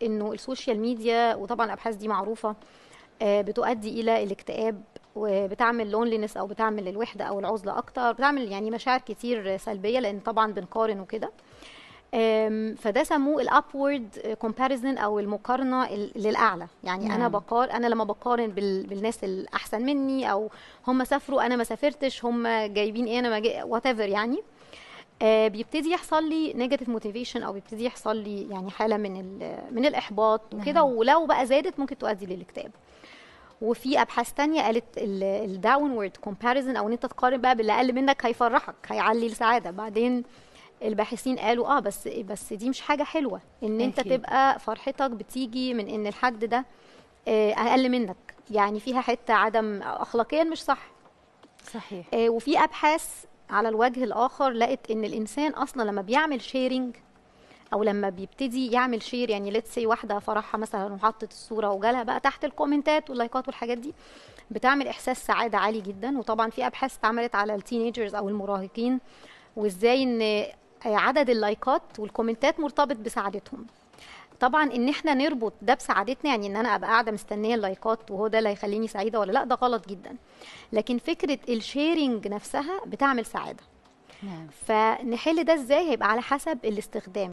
انه السوشيال ميديا، وطبعا الابحاث دي معروفه، بتؤدي الى الاكتئاب، وبتعمل لونلينس او بتعمل الوحده او العزله اكتر، بتعمل يعني مشاعر كتير سلبيه، لان طبعا بنقارن وكده. فده سموه الابورد كومباريزن او المقارنه للاعلى. يعني انا لما بقارن بالناس الاحسن مني، او هم سافروا انا ما سافرتش، هم جايبين ايه انا ما وات ايفر يعني، بيبتدي يحصل لي نيجاتيف موتيفيشن، او بيبتدي يحصل لي يعني حاله من الاحباط وكده، ولو بقى زادت ممكن تؤدي للاكتئاب. وفي ابحاث تانية قالت الداونورد كومباريزن، او ان انت تقارن بقى باللي اقل منك، هيفرحك، هيعلي السعاده. بعدين الباحثين قالوا بس دي مش حاجه حلوه، ان انت تبقى فرحتك بتيجي من ان الحد ده اقل منك، يعني فيها حته عدم اخلاقيا مش صح. صحيح. وفي ابحاث على الوجه الاخر لقت ان الانسان اصلا لما بيعمل شيرنج، او لما بيبتدي يعمل شير، يعني ليتس سي واحده فرحها مثلا وحطت الصوره وجالها بقى تحت الكومنتات واللايكات والحاجات دي، بتعمل احساس سعاده عالي جدا. وطبعا في ابحاث اتعملت على التينيجرز او المراهقين، وازاي ان عدد اللايكات والكومنتات مرتبط بسعادتهم. طبعا ان احنا نربط ده بسعادتنا، يعني ان انا ابقى قاعده مستنيه اللايكات وهو ده اللي هيخليني سعيده ولا لا، ده غلط جدا. لكن فكره الشيرنج نفسها بتعمل سعاده. فنحل ده ازاي؟ هيبقى على حسب الاستخدام.